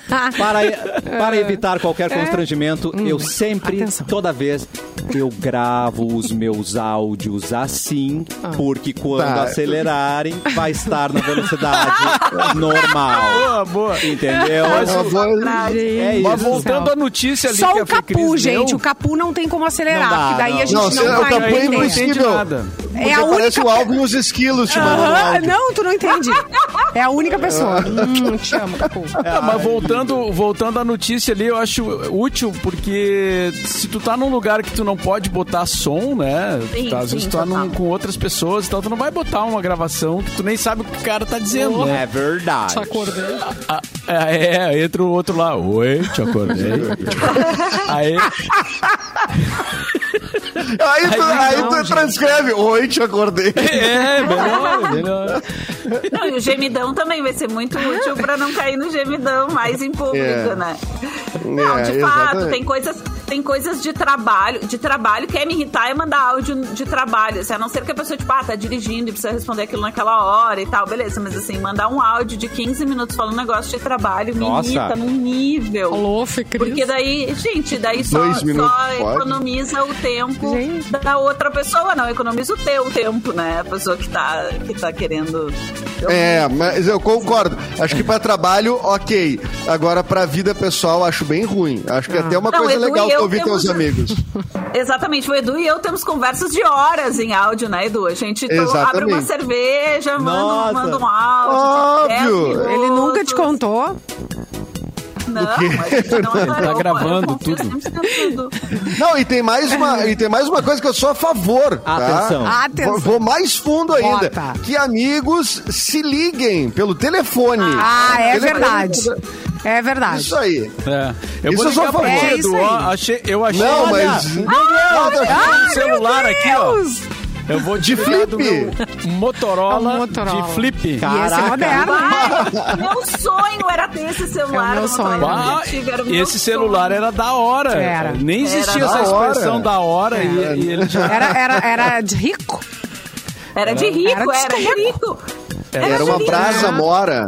Para evitar qualquer constrangimento, eu sempre, toda vez, eu gravo os meus áudios assim, porque quando acelerarem, vai estar na velocidade normal. Boa. Entendeu? Mas voltando à notícia ali só que o Capu, gente. O Capu não tem como acelerar, porque daí a gente não vai entender. O Capu é impossível. É a parece o Alvin e os esquilos te mandando áudio. Não, tu não entende. É a única pessoa. Te amo, Capu. Mas voltando à notícia ali, eu acho útil, porque se tu tá num lugar que tu não pode botar som, né? Às vezes tu tá com outras pessoas e tal, tu não vai botar uma gravação que tu nem sabe o que o cara tá dizendo, né? É verdade. Te acordei. Entra o outro lá. Oi, te acordei. Aí tu transcreve. Oi, te acordei. Melhor. Não, e o gemidão também vai ser muito útil pra não cair no gemidão mais em público, né? Não, de fato, tem coisas de trabalho, quer me irritar e mandar áudio de trabalho, assim, a não ser que a pessoa, tipo, tá dirigindo e precisa responder aquilo naquela hora e tal, beleza, mas assim, mandar um áudio de 15 minutos falando um negócio de trabalho me irrita num nível. Alô, Fê Cris. Porque daí, gente, só economiza o tempo da outra pessoa, não economiza o teu tempo, né? A pessoa que tá querendo... Mas eu concordo. Acho que pra trabalho, ok. Agora, pra vida pessoal, acho bem ruim. Acho que até uma coisa Edu legal pra ouvir teus amigos. Exatamente. O Edu e eu temos conversas de horas em áudio, né, Edu? A gente abre uma cerveja, manda um áudio. Óbvio. Ele nunca te contou? Não, a gente não tá gravando tudo. Não, e tem mais uma coisa que eu sou a favor. Tá? Atenção. Vou mais fundo ainda. Que amigos se liguem pelo telefone. Verdade. É verdade. Isso aí. Eu sou a favor. Eu achei. Não, mas... Meu celular aqui, ó. Eu vou de flip. Motorola de flip. Caraca. E esse é moderno. Meu sonho era ter esse celular. Meu sonho. Esse celular era da hora. Nem existia essa expressão da hora. E ele já... Era de rico. Era de rico. Era uma brasa mora.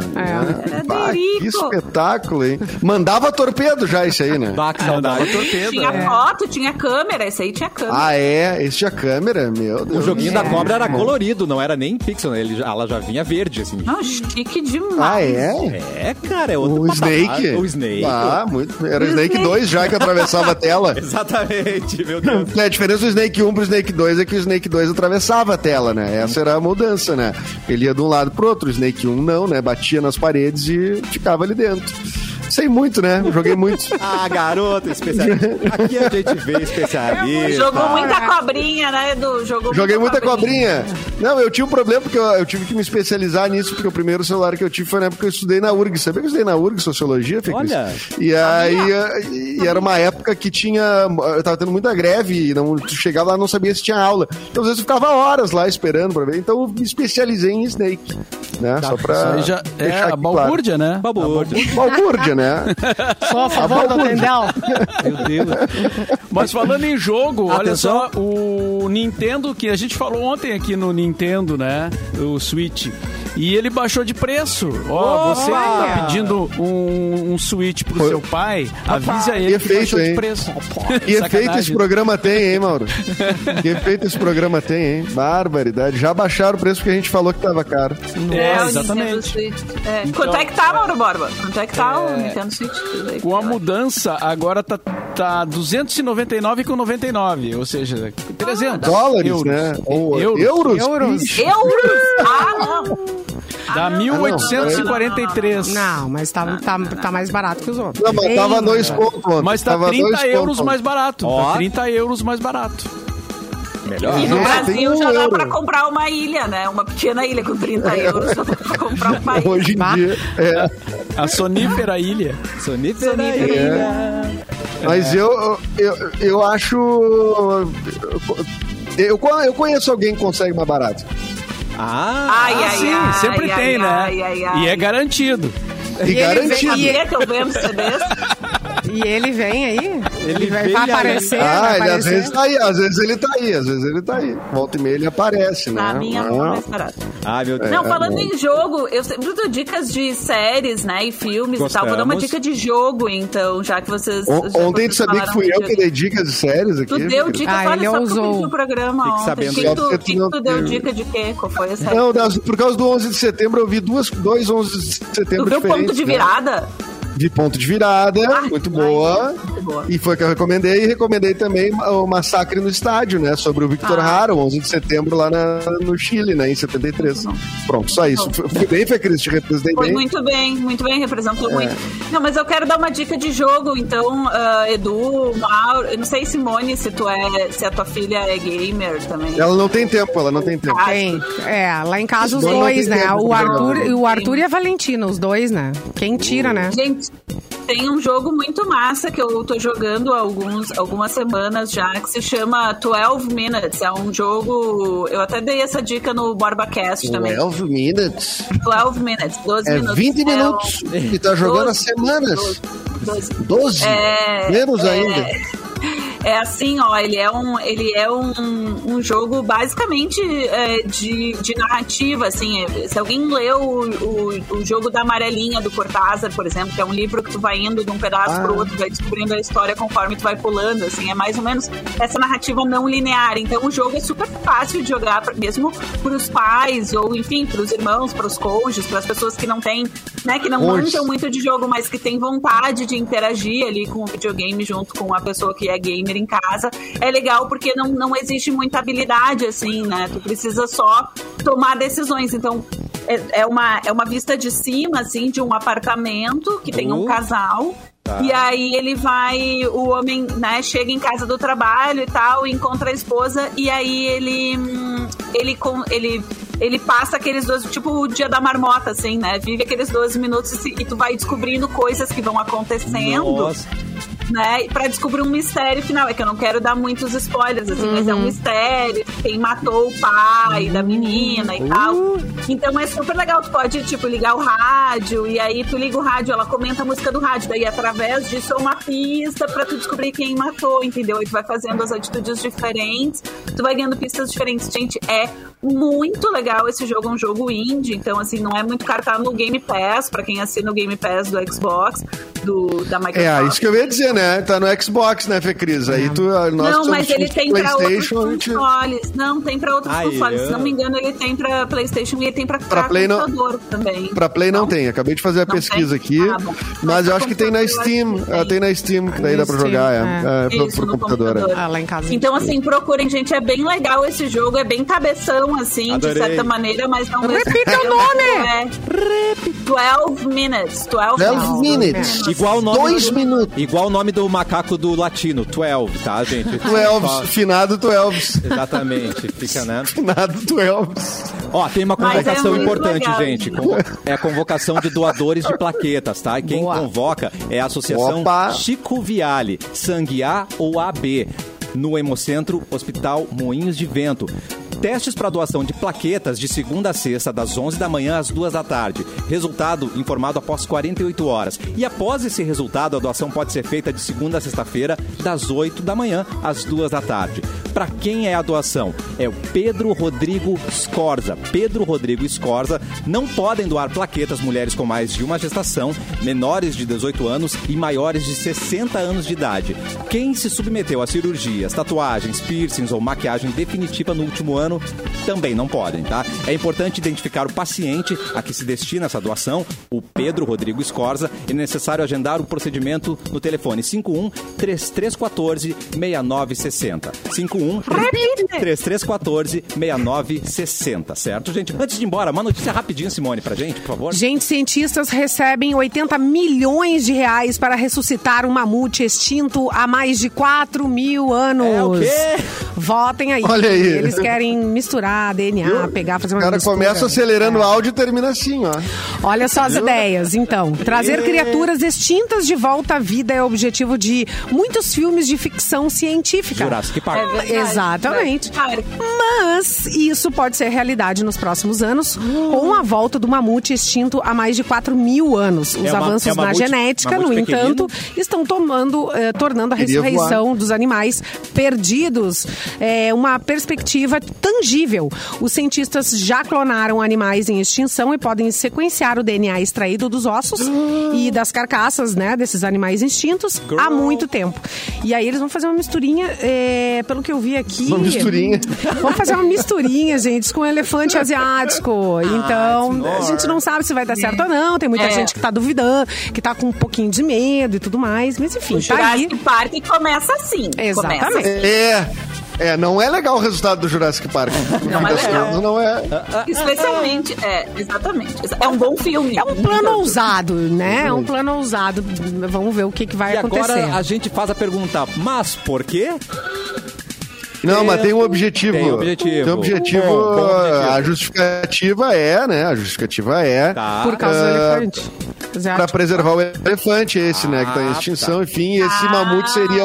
Que espetáculo, hein? Mandava torpedo já esse aí, né? Mandava torpedo. Tinha foto, tinha câmera. Esse aí tinha câmera. Esse tinha câmera? Meu Deus. O joguinho da cobra era colorido, não era nem pixel. Ela já vinha verde, assim. Chique demais. Cara, é outro Snake? O Snake. Muito. Era o Snake 2 já que atravessava a tela. Exatamente, meu Deus. A diferença do Snake 1 pro Snake 2 é que o Snake 2 atravessava a tela, né? Essa era a mudança, né? Ele ia de um lado pro outro, o Snake 1 não, né? Batia nas paredes e ficava ali dentro. Sei muito, né? Joguei muito. Garoto, especialista. Aqui a gente vê especialista. Jogou muita cobrinha, né, Edu? Joguei muita cobrinha. Não, eu tinha um problema porque eu tive que me especializar nisso, porque o primeiro celular que eu tive foi na época que eu estudei na URG. Sabia que eu estudei na URG, Sociologia, Fê Cris? Olha. E aí, era uma época que eu tava tendo muita greve e tu chegava lá e não sabia se tinha aula. Então, às vezes, eu ficava horas lá esperando pra ver. Então, eu me especializei em Snake. Né? Só pra isso aí já a balbúrdia, claro. Né? Balbúrdia, né? Só a favor do Tendel. Meu Deus. Mas falando em jogo, olha só, o Nintendo, que a gente falou ontem aqui no Nintendo, né? O Switch. E ele baixou de preço. Você que tá pedindo um Switch pro seu pai, avise a ele que baixou de preço. Que efeito esse programa tem, hein, Mauro? Que efeito esse programa tem, hein? Barbaridade. Já baixaram o preço porque a gente falou que tava caro. Exatamente. Quanto é que tá, Mauro Borba? Quanto é que tá o Nintendo Switch? Com a mudança, agora tá R$299,99, ou seja, 300 dólares, euros. Né? Euros? Não. Dá 1.843. Não, mas tá mais barato que os outros. Não, mas tava 2 contos. Mas tá 30 euros mais barato. Tá 30 euros mais barato. Melhor. E no Brasil já dá pra comprar uma ilha, né? Uma pequena ilha com 30 euros. Já dá pra comprar um país. Hoje em dia, a sonífera ilha. Sonífera ilha. Mas eu acho... Eu conheço alguém que consegue mais barato. Sim, sempre tem, né? E é garantido. E garantido. Que eu vendo CDs. E ele vem aí? Ele vai aparecer? Às vezes tá aí, às vezes ele tá aí. Volta e meia ele aparece, né? Na minha mão mais barato. Meu Deus. Não, falando em jogo, eu sempre dou dicas de séries, né, e filmes e tal. Vou dar uma dica de jogo, então, já que vocês... Ontem tu sabia que fui eu que dei dicas de séries aqui? Tu deu dica, olha só que eu no programa ontem. O que tu deu dica de quê? Qual foi a série? Não, por causa do 11 de setembro, eu vi dois 11 de setembro diferentes. Tu viu Ponto de Virada? De Ponto de Virada, muito boa. E foi que eu recomendei. E recomendei também o Massacre no Estádio, né? Sobre o Victor Hara, 11 de setembro, lá no Chile, né? Em 73. Pronto, só isso. Fui bem, Fê Cris, te representei bem. Muito bem, representou muito. Não, mas eu quero dar uma dica de jogo, então, Edu, Mauro, eu não sei, Simone, se a tua filha é gamer também. Ela não tem tempo. Tem. Lá em casa os dois, né? O Arthur e a Valentina, os dois, né? Quem tira, né? Gente, tem um jogo muito massa que eu tô jogando há algumas semanas já, que se chama 12 Minutes. É um jogo... Eu até dei essa dica no BorbaCast também. 12 Minutes? 12 Minutes, 12 minutos. 20 minutos. E tá jogando há semanas. 12? Menos ainda. É assim, ó, ele é um jogo basicamente de narrativa, assim. Se alguém leu o jogo da Amarelinha, do Cortázar, por exemplo, que é um livro que tu vai indo de um pedaço pro outro, vai descobrindo a história conforme tu vai pulando, assim, é mais ou menos essa narrativa não linear. Então o jogo é super fácil de jogar, mesmo pros pais, ou enfim, pros irmãos, pros cônjuges, pras pessoas que não têm, né, que não manjam muito de jogo, mas que têm vontade de interagir ali com o videogame junto com a pessoa que é gamer em casa. É legal porque não existe muita habilidade, assim, né? Tu precisa só tomar decisões. Então, é uma vista de cima, assim, de um apartamento que tem um casal. Tá. E aí o homem, né, chega em casa do trabalho e tal, encontra a esposa, e aí ele passa aqueles 12, tipo o dia da marmota, assim, né? Vive aqueles 12 minutos e tu vai descobrindo coisas que vão acontecendo. Nossa. Né, pra descobrir um mistério final. É que eu não quero dar muitos spoilers, assim, mas é um mistério. Quem matou o pai da menina e tal. Então é super legal. Tu pode, tipo, ligar o rádio, e aí tu liga o rádio, ela comenta a música do rádio. Daí, através disso, é uma pista pra tu descobrir quem matou, entendeu? Aí tu vai fazendo as atitudes diferentes, tu vai ganhando pistas diferentes. Gente, é muito legal esse jogo. É um jogo indie, então, assim, não é muito caro. Tá no Game Pass, pra quem assina o Game Pass do Xbox, da Microsoft. Isso que eu ia dizer, né? Tá no Xbox, né, Fê Cris? Aí não, mas ele tem pra outros consoles. Não, tem pra outros consoles. Se não me engano, ele tem pra PlayStation e ele tem pra Play computador também. Pra Play não tem. Acabei de fazer a pesquisa aqui. Mas eu acho que tem na Steam. Tem na Steam, que daí dá pra jogar. Pro computador. Lá em casa. Então, assim, procurem, gente. É bem legal esse jogo. É bem cabeção, assim, de certa maneira, mas não... Repita o nome! 12 Minutes. 12 Minutes. Igual o nome 2 minutos. Igual o nome do macaco do latino, 12, tá, gente? 12, finado 12. Exatamente, fica, né? Finado 12. Ó, tem uma convocação importante, legal, gente. É a convocação de doadores de plaquetas, tá? E quem convoca é a Associação Chico Viale, Sangue A ou AB, no Hemocentro Hospital Moinhos de Vento. Testes para doação de plaquetas de segunda a sexta, das 11 da manhã às 2 da tarde. Resultado informado após 48 horas. E após esse resultado, a doação pode ser feita de segunda a sexta-feira, das 8 da manhã às 2 da tarde. Para quem é a doação? É o Pedro Rodrigo Scorza. Pedro Rodrigo Scorza. Não podem doar plaquetas mulheres com mais de uma gestação, menores de 18 anos e maiores de 60 anos de idade. Quem se submeteu a cirurgias, tatuagens, piercings ou maquiagem definitiva no último ano também não podem, tá? É importante identificar o paciente a que se destina essa doação, o Pedro Rodrigo Scorza. É necessário agendar o procedimento no telefone 51-3314-6960. 51-3314-6960, certo, gente? Antes de ir embora, uma notícia rapidinho, Simone, pra gente, por favor. Gente, cientistas recebem 80 milhões de reais para ressuscitar um mamute extinto há mais de 4.000 anos. É o quê? Votem aí. Olha aí. Eles querem misturar DNA, pegar, fazer uma mistura. O cara começa acelerando o áudio e termina assim, ó. Olha só as ideias, então. Trazer criaturas extintas de volta à vida é o objetivo de muitos filmes de ficção científica. Jurassic Park. Exatamente. Mas isso pode ser realidade nos próximos anos, com a volta do mamute extinto há mais de 4.000 anos. Os avanços na genética, no entanto, estão tornando a ressurreição dos animais perdidos uma perspectiva tangível. Os cientistas já clonaram animais em extinção e podem sequenciar o DNA extraído dos ossos e das carcaças, né, desses animais extintos há muito tempo. E aí eles vão fazer uma misturinha, pelo que eu vi aqui... Uma misturinha. Vamos fazer uma misturinha, gente, com um elefante asiático. Então, a gente não sabe se vai dar certo ou não. Tem muita gente que tá duvidando, que tá com um pouquinho de medo e tudo mais. Mas enfim, o Jurassic Park começa assim. Exatamente. Não é legal o resultado do Jurassic Park. Não é legal. Não é. Especialmente, exatamente. É um bom filme. É um plano ousado, né? É um plano ousado. Vamos ver o que vai acontecer. E agora a gente faz a pergunta, mas por quê? Não, mas tem um objetivo. Tem um objetivo. Bom, a justificativa é, né? A justificativa é... Por causa do elefante. pra preservar o elefante esse, né? Que tá em extinção, enfim. Esse mamute seria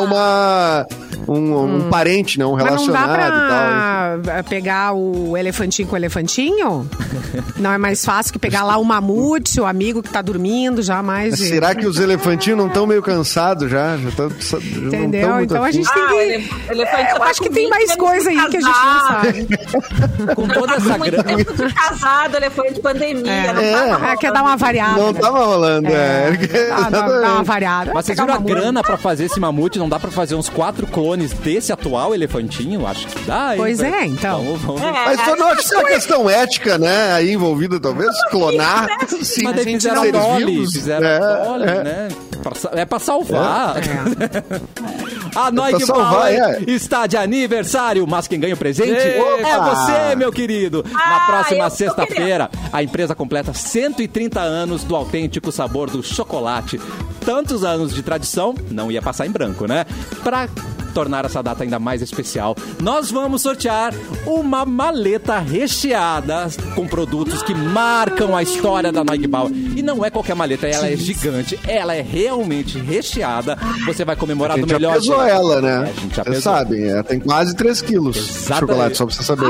um parente, né? Um relacionado Mas não dá e pra pegar o elefantinho com o elefantinho? Não é mais fácil que pegar lá o mamute, o amigo que tá dormindo já mais... Será que os elefantinhos não estão meio cansados já? Entendeu? Não então a gente tem que... Eu acho que tem mais coisa aí que a gente não sabe. Com toda essa grana... tempo de casado, elefante, pandemia. Quer dar uma variada. Não tava rolando, Dá uma variada. Mas vocês viram a grana pra fazer esse mamute? Não dá pra fazer uns 4 clones desse atual elefantinho? Acho que dá, hein? Pois é, então. Vamos ver. Mas eu não acho que é uma questão ética, né? Aí envolvida, talvez, clonar. Sim, mas daí fizeram a Dolly, né? É pra salvar. A Noig Bauer está de aniversário, mas quem ganha o presente é você, meu querido. Na próxima sexta-feira, a empresa completa 130 anos do autêntico sabor do chocolate. Tantos anos de tradição, não ia passar em branco, né? Pra tornar essa data ainda mais especial, nós vamos sortear uma maleta recheada com produtos que marcam a história da Noig Bauer. E não é qualquer maleta, ela é gigante, ela é realmente recheada. Você vai comemorar do melhor jeito. A gente já pesou ela, né? A gente já Vocês sabem, ela tem quase 3 quilos de chocolate, só pra você saber.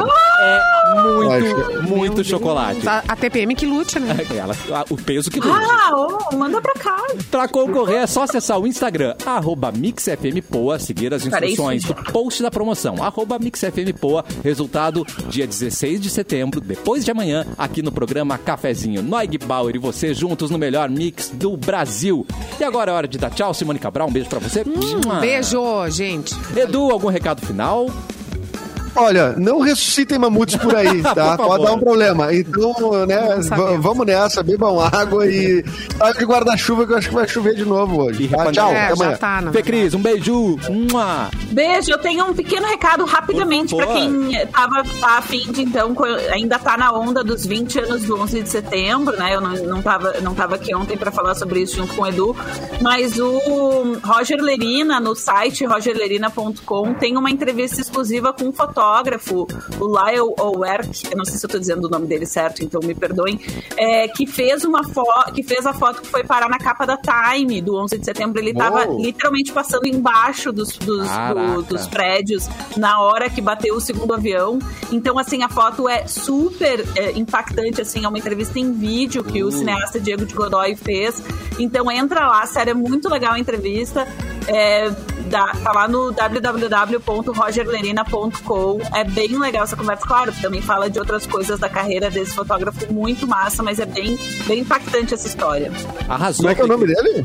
É muito chocolate. A TPM que lute, né? O peso que lute. Manda pra cá. Pra concorrer, é só acessar o Instagram, @MixFMPoa, seguir as instruções do post da promoção, @MixFMPoa, resultado dia 16 de setembro, depois de amanhã, aqui no programa Cafezinho. Noig Bauer e você juntos no melhor mix do Brasil. E agora é hora de dar tchau, Simone Cabral, um beijo pra você. Beijo, gente. Edu, algum recado final? Olha, não ressuscitem mamutes por aí, tá? Pode dar um problema. Então, né, vamos nessa, bebam água e sabe de guarda-chuva que eu acho que vai chover de novo hoje. Tá? Tchau, até amanhã. Fê Cris, um beijo. Beijo, eu tenho um pequeno recado rapidamente pra quem tava afim de, então, ainda tá na onda dos 20 anos do 11 de setembro, né? Eu não tava aqui ontem pra falar sobre isso junto com o Edu, mas o Roger Lerina, no site rogerlerina.com, tem uma entrevista exclusiva com um fotógrafo, o Lyle Owerk, eu não sei se eu tô dizendo o nome dele certo, então me perdoem, que fez a foto que foi parar na capa da Time do 11 de setembro. Ele tava literalmente passando embaixo dos prédios na hora que bateu o segundo avião. Então, assim, a foto é super impactante, assim, é uma entrevista em vídeo que o cineasta Diego de Godoy fez. Então, entra lá, sério, é muito legal a entrevista. Tá lá no www.rogerlerina.com. É bem legal essa conversa, claro, também fala de outras coisas da carreira desse fotógrafo, muito massa, mas é bem impactante essa história. Arrasou. Como é que é o nome dele?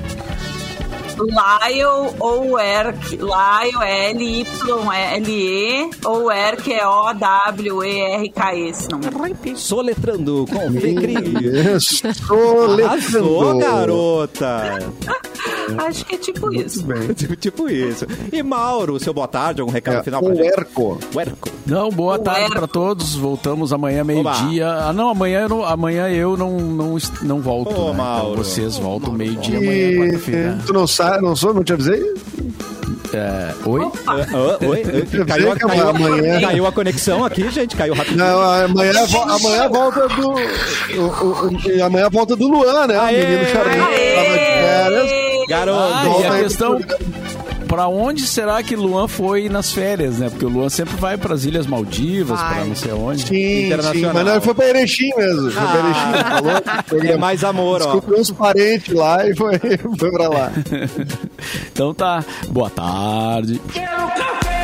Lyle Owerk, Lyle L-Y-L-E, Owerk é O-W-E-R-K-E, esse nome. Soletrando com Fê Cris. Soletrando. Arrasou, garota. Acho que é tipo isso. Tipo isso. E Mauro, seu boa tarde, algum recado final pra gente? Uerco. Não, boa tarde pra todos. Voltamos amanhã meio-dia. Amanhã eu não volto. Né? Então vocês voltam meio-dia amanhã, quarta-feira. Tu não sabe, não te avisei? Oi? Caiu a conexão aqui, gente. Caiu rapidinho. Não, amanhã volta do Luan, né? Aê, o menino Charlinho. Tava de férias. Garoto. E a questão... Pra onde será que Luan foi nas férias, né? Porque o Luan sempre vai pras Ilhas Maldivas, pra não sei onde. Sim, mas não, ele foi pra Erechim mesmo. Foi pra Erechim, falou? É mais amor, ó. Descobriu uns parentes lá e foi pra lá. Então tá. Boa tarde. Quero café!